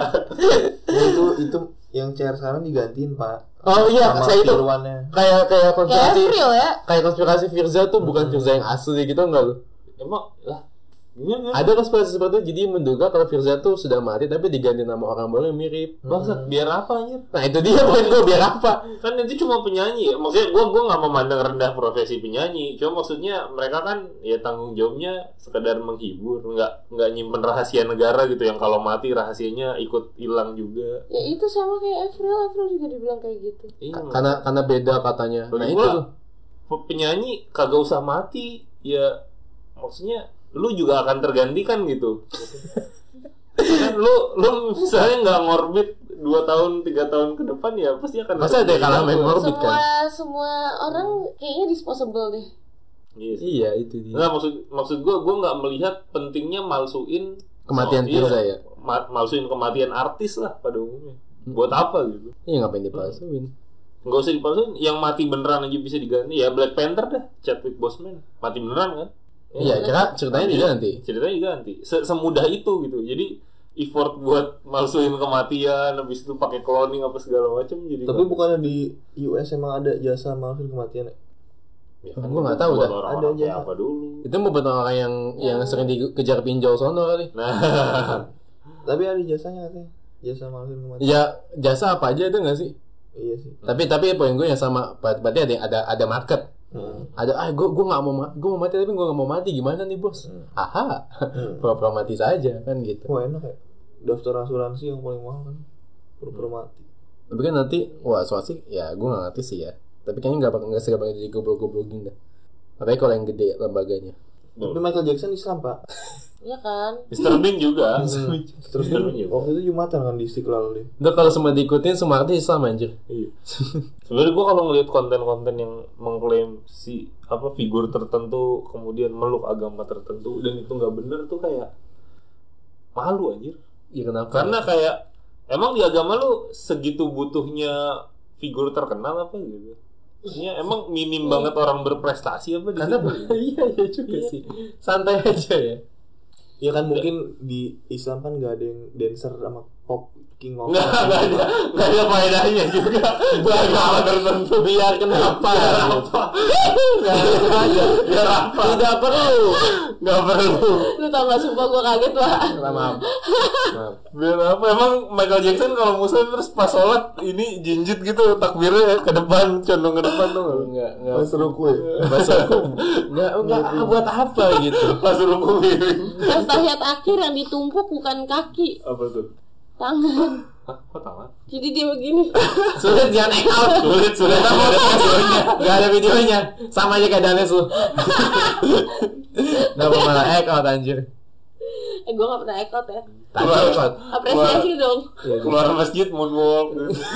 S4: Itu yang chair sekarang digantiin, Pak.
S2: Oh iya, saya itu kayak konspirasi.
S3: April ya.
S2: Kayak konspirasi Firza tuh bukan Firza yang asli gitu enggak lu?
S1: Emang lah.
S2: Ada konspirasi seperti itu, jadi menduga kalau Firza tuh sudah mati tapi diganti nama orang baru yang mirip.
S1: Bangsat, biar apa anjir?
S2: Nah, itu dia poin gue, biar apa?
S1: Kan itu cuma penyanyi. Maksudnya gue enggak memandang rendah profesi penyanyi. Cuma maksudnya mereka kan ya tanggung jawabnya sekedar menghibur, enggak nyimpen rahasia negara gitu yang kalau mati rahasianya ikut hilang juga.
S3: Ya itu sama kayak April juga dibilang kayak gitu.
S1: Iya.
S2: Karena beda katanya. Nah, itu tuh.
S1: Penyanyi kagak usah mati, ya maksudnya lu juga akan tergantikan gitu. Kan lu misalnya nggak ngorbit 2 tahun 3 tahun ke depan ya pasti akan.
S2: Masa ada kalah main ngorbit kan?
S3: Semua orang kayaknya disposable deh.
S1: Yes.
S2: Iya itu dia.
S1: Nggak, maksud gue nggak melihat pentingnya malsuin
S2: kematian Firza ya.
S1: Malsuin kematian artis lah pada umumnya. Buat apa gitu?
S2: Iya ngapain dipalsuin?
S1: Nggak usah dipalsuin. Yang mati beneran aja bisa diganti. Ya Black Panther dah, Chadwick Boseman mati beneran kan?
S2: Iya, ceritanya diganti.
S1: Ceritanya diganti. Semudah itu gitu. Jadi effort buat malsuin kematian, habis itu pakai cloning apa segala macam jadi.
S4: Tapi bukannya di US emang ada jasa malsuin kematian?
S1: Ya, kan
S2: gue nggak tahu dah.
S4: Ada aja
S1: apa dulu.
S2: Itu mau buat orang yang sering dikejar pinjol sono kali.
S1: Nah.
S4: Tapi ada jasanya katanya. Jasa malsuin kematian.
S2: Ya, jasa apa aja itu enggak sih?
S4: Iya sih.
S2: Tapi poin gue yang sama, berarti ada market. Ada gue mau mati tapi gue nggak mau mati, gimana nih bos? Aha, pura-pura mati saja kan gitu.
S4: Wah enak ya, daftar asuransi yang paling mahal kan, pura-pura mati.
S2: Tapi kan nanti asuransi ya gue nggak ngerti sih ya. Tapi kayaknya nggak segampang jadi goblok-goblokin dah. Apalagi kalau yang gede lembaganya.
S4: Tapi Michael Jackson Islam pak.
S3: Iya kan.
S1: Mr. Bean juga.
S4: Terus waktu itu Jumatan kan di Istiqlal deh.
S2: Udah kalau semua diikutin semua artis Islam anjir.
S1: Iya. Sebenarnya gue kalau ngeliat konten-konten yang mengklaim si figur tertentu kemudian meluk agama tertentu dan itu nggak bener tuh kayak malu anjir.
S2: Iya kenapa?
S1: Karena kayak emang di agama lu segitu butuhnya figur terkenal apa gitu. Maksudnya emang minim banget orang berprestasi apa di
S2: karena
S1: situ?
S2: iya juga sih. Santai aja ya.
S4: Ya kan mungkin di Islam kan nggak ada yang dancer sama pop king of.
S1: Nggak ada faedahnya juga. Agama tertentu
S2: Biar kenapa?
S1: Biar apa?
S2: Tidak perlu.
S1: Nggak perlu.
S3: Lu tau gak, sumpah gue kaget Pak.
S2: Maaf.
S1: Biar apa? Emang Michael Jackson kalau muslim terus pas sholat ini jinjit gitu takbirnya ke depan, condong ke depan tuh.
S2: Enggak.
S4: Pas ruku ya.
S2: Bahasa hukum. Enggak buat apa gitu.
S1: Pas ruku miring.
S3: Pas tahiyat akhir yang ditumpuk bukan kaki,
S1: Apa tuh?
S3: tangan.
S1: Hah, kok tamat?
S3: Jadi dia begini.
S2: Sulit jangan act out. Sulit apa ada videonya? Gak ada videonya. Sama aja kayak Danes lu. Gak mau malah act out anjir.
S3: Gue gak pernah ekot ya.
S2: Tadi act out.
S3: Apresiasi dong.
S1: Keluar masjid moonwalk.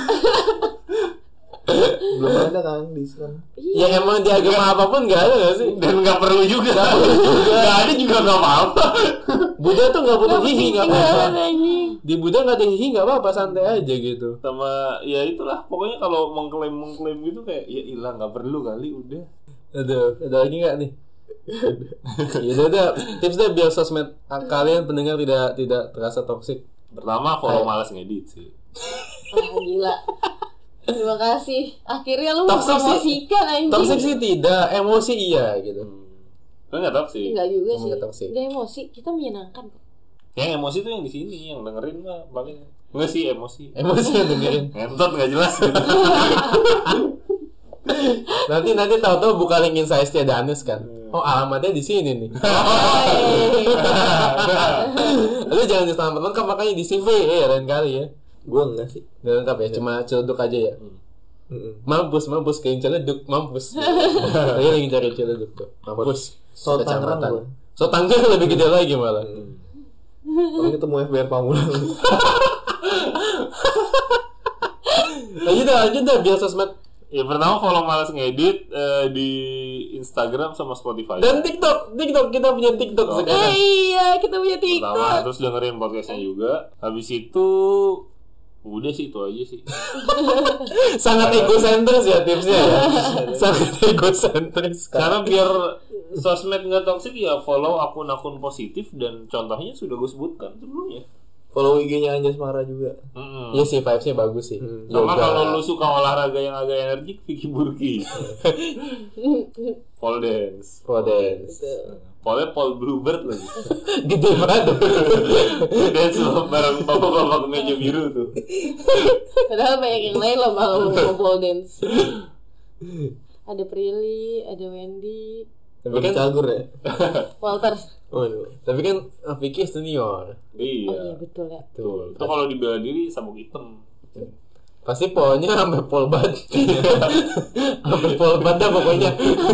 S4: Belum ada kan di Islam.
S2: Ya emang di agama apapun gak ada gak sih?
S1: Dan nggak perlu juga. Nggak ada juga nggak apa-apa.
S2: Buddha tuh gak butuh hihi gak apa-apa.
S3: Ini.
S2: Di Buddha gak ada hihi gak apa-apa, santai aja gitu.
S1: Sama ya itulah pokoknya kalau mengklaim gitu kayak ya hilang nggak perlu kali udah.
S2: Aduh, ada lagi gak nih? Ya udah tips deh biar sosmed kalian pendengar tidak terasa toksik.
S1: Pertama kalau malas ngedit sih.
S3: Gila. Terima kasih. Akhirnya lu
S2: Toxic sih.
S3: mempromosikan anjing.
S2: Toksik sih tidak, emosi iya gitu.
S1: Lo nggak tahu sih.
S3: Enggak juga sih.
S2: Enggak toxic.
S3: Enggak emosi, kita menyenangkan kok.
S1: Yang emosi tuh yang di sini, yang dengerin mah paling nggak sih emosi.
S2: Emosi yang dengerin.
S1: Ngentot nggak jelas.
S2: Nanti tahu-tahu buka link Insta ST Danes kan. Oh, alamatnya di sini nih. Lu jangan diselamat lengkap makanya di CV ya lain kali ya.
S4: Gue enggak sih.
S2: Nggak lengkap ya, cuma celeduk aja ya. Mampus kayak celeduk, mampus. Saya lagi cari celeduk tuh. Mampus.
S4: So Tangerang
S2: Kecamatan.
S4: gua.
S2: So Tangerang lebih gede lagi malah.
S4: Kalau ketemu FBR Pamulang.
S2: Lanjut dah biar sosmed.
S1: Ya pertama follow malas ngedit di Instagram sama Spotify.
S2: Dan TikTok kita punya TikTok sekarang.
S3: Iya, kita punya
S1: Pertama
S3: TikTok.
S1: terus dengerin podcastnya juga. Habis itu udah sih itu aja sih.
S2: Sangat egosentris ya tipsnya ya. Sangat egosentris.
S1: Karena biar sosmed nggak toksik ya follow akun-akun positif dan contohnya sudah gue sebutkan sebelumnya.
S4: Follow IG-nya Anjas Mara juga.
S2: Iya sih vibes-nya bagus sih.
S1: Sama
S2: Yoga.
S1: kalau lu suka olahraga yang agak energik, Vicky Burki. Pole dance. Paul Bluebird lagi.
S2: Gede banget.
S1: Dance bareng bapak-bapak meja biru tuh.
S3: Padahal banyak yang lain loh mau pole dance. Ada Prilly, ada Wendy,
S2: Tapi kan
S4: Cagur ya.
S3: Walter.
S4: Waduh.
S2: Tapi kan Vicky senior.
S3: Oh iya
S1: Iya.
S3: betul ya.
S1: Betul. Itu kalau dibela diri sabuk hitam.
S2: Pasti polnya sampai polbat. Sampai polbat dah pokoknya.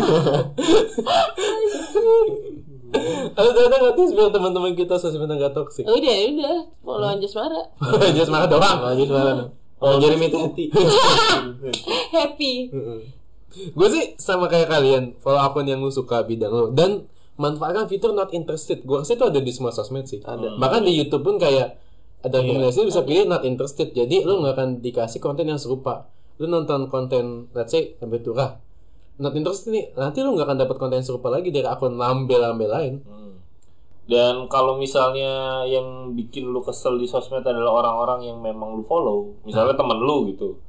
S2: Ada nggak tips biar teman-teman kita sosmed nggak toksik?
S3: Udah, follow Anjas Mara.
S2: Aja semangat doang.
S4: Anjas Mara. Oh, Jeremy Teti.
S3: Happy.
S2: Gue sih sama kayak kalian, follow akun yang lu suka bidang lu dan manfaatkan fitur not interested. Gue rasa itu ada di semua sosmed sih.
S4: Ada.
S2: Bahkan di YouTube pun kayak ada rekomendasi bisa pilih not interested. Jadi lu nggak akan dikasih konten yang serupa. Lu nonton konten let's say sampai turah not interested nih, nanti lu nggak akan dapat konten serupa lagi dari akun lambe-lambe lain.
S1: Dan kalau misalnya yang bikin lu kesel di sosmed adalah orang-orang yang memang lu follow, misalnya temen lu gitu,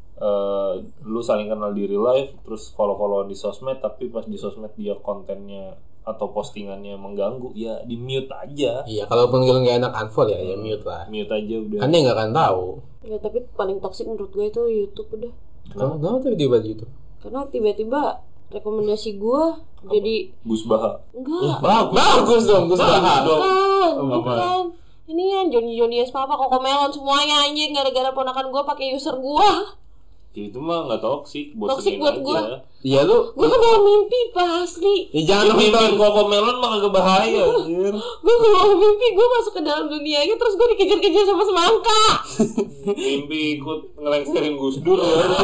S1: lu saling kenal di real life, terus follow-followan di sosmed, tapi pas di sosmed dia kontennya atau postingannya mengganggu, ya di mute aja.
S2: Iya, kalaupun lu nggak enak unfollow ya mute lah.
S1: Mute aja udah.
S2: Kan dia nggak akan tahu.
S3: Ya tapi paling toksik menurut gue itu YouTube udah.
S2: Kenapa tiba-tiba di YouTube?
S3: Karena tiba-tiba rekomendasi gue jadi
S1: Gus Baha.
S3: enggak.
S2: Bagus dong, Gus Baha.
S3: Bukan. Ini kan Joni Papa Koko Melon semuanya anjing gara-gara ponakan gue pakai user gue.
S1: Ya, itu mah nggak toksik,
S3: Toksik
S1: bosenin
S3: buat
S1: aja.
S3: gua.
S2: Iya lu.
S3: Gue kan bawa mimpi Pak asli.
S2: Ya, jangan
S1: Mimpi
S2: nonton.
S1: Koko Melon mah kagak bahaya anjir.
S3: Gue bawa mimpi gue masuk ke dalam dunianya terus gue dikejar-kejar sama semangka.
S1: Mimpi ikut ngelengserin Gus Dur.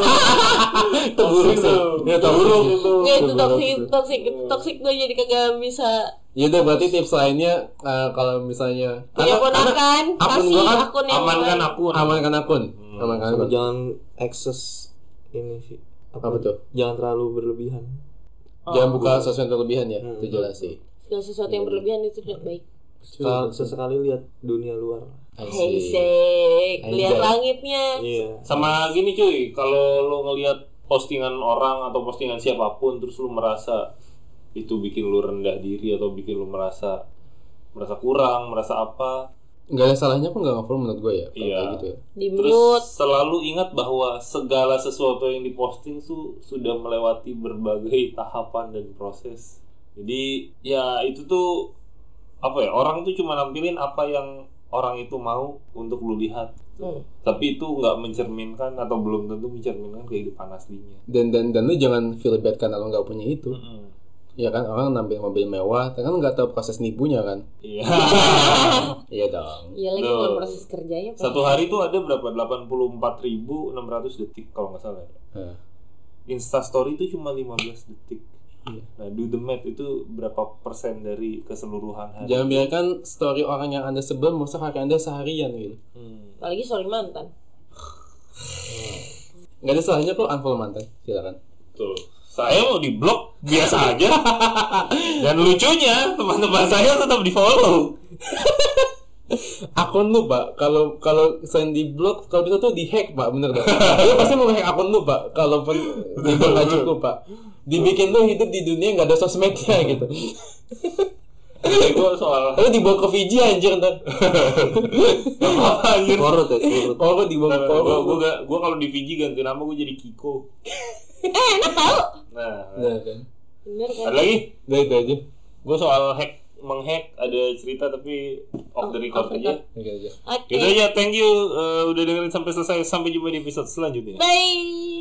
S2: Itu buruk sih. Ya, itu buruk.
S3: Nggak itu toksik gue jadi kagak bisa.
S2: Ya udah berarti tips lainnya kalau misalnya
S3: Punya ponakan
S2: akun
S3: kasih
S2: gua kan
S3: akun yang
S1: Amankan
S3: baik.
S1: akun.
S2: amankan akun. Amankan
S4: Sama
S2: akun.
S4: jangan akses ini sih.
S2: Apa tuh?
S4: Jangan terlalu berlebihan.
S2: Jangan buka sosmed berlebihan ya. Itu jelas sih.
S3: Segala sesuatu yang berlebihan itu tidak baik.
S4: Sesekali lihat dunia luar.
S3: Hey sek, lihat
S2: Anjay.
S3: langitnya.
S4: Iya.
S1: Sama gini cuy, kalau lo ngelihat postingan orang atau postingan siapapun terus lo merasa itu bikin lo rendah diri atau bikin lo merasa kurang, merasa apa,
S2: Nggak ada salahnya pun nggak nge-follow menurut gue ya. Kalau
S1: Iya.
S2: kayak gitu ya.
S3: Di
S1: terus
S3: mute.
S1: selalu ingat bahwa segala sesuatu yang diposting tuh sudah melewati berbagai tahapan dan proses. Jadi ya itu tuh apa ya, orang tuh cuma nampilin apa yang orang itu mau untuk lu lihat. Tapi itu nggak mencerminkan atau belum tentu mencerminkan kehidupan aslinya.
S2: Dan lu jangan feel bad karena lu nggak punya itu. Ya kan, orang nampil mobil mewah, kan nggak tahu proses nipunya kan.
S1: Iya.
S2: Iya dong.
S3: Iya lagi bukan proses kerjanya.
S1: Satu hari itu ada berapa? 84.600 detik kalau nggak salah. Instastory itu cuma 15 detik. Nah, do the math itu berapa persen dari keseluruhan hari?
S2: Jangan biarkan story orang yang Anda sebar musuh hari Anda seharian gitu.
S3: Apalagi story mantan.
S2: Nggak ada salahnya kok unfollow mantan, silakan.
S1: Tuh, saya mau di blok biasa aja. Dan lucunya teman-teman saya tetap di follow.
S2: Akun lu Pak, kalau selain di blog, kalau bisa tuh di hack Pak, bener Pak. Lu pasti mau hack akun lu Pak, kalaupun di blog nggak cukup Pak. Dibikin lu hidup di dunia nggak ada sosmednya gitu.
S1: Gue soal
S2: lu dibawa ke Fiji anjir ntar.
S1: apa anjir?
S2: Korut dibawa ke Korut.
S1: Gue kalau di Fiji ganti nama gue jadi Kiko.
S3: Enak tau.
S1: Nah,
S2: kan.
S3: Bener kan?
S1: ada lagi?
S2: Udah itu aja.
S1: Gue soal menghack ada cerita tapi off the record aja.
S2: Oke aja.
S3: Oke.
S1: Gitu aja, thank you udah dengerin sampai selesai. Sampai jumpa di episode selanjutnya.
S3: Bye.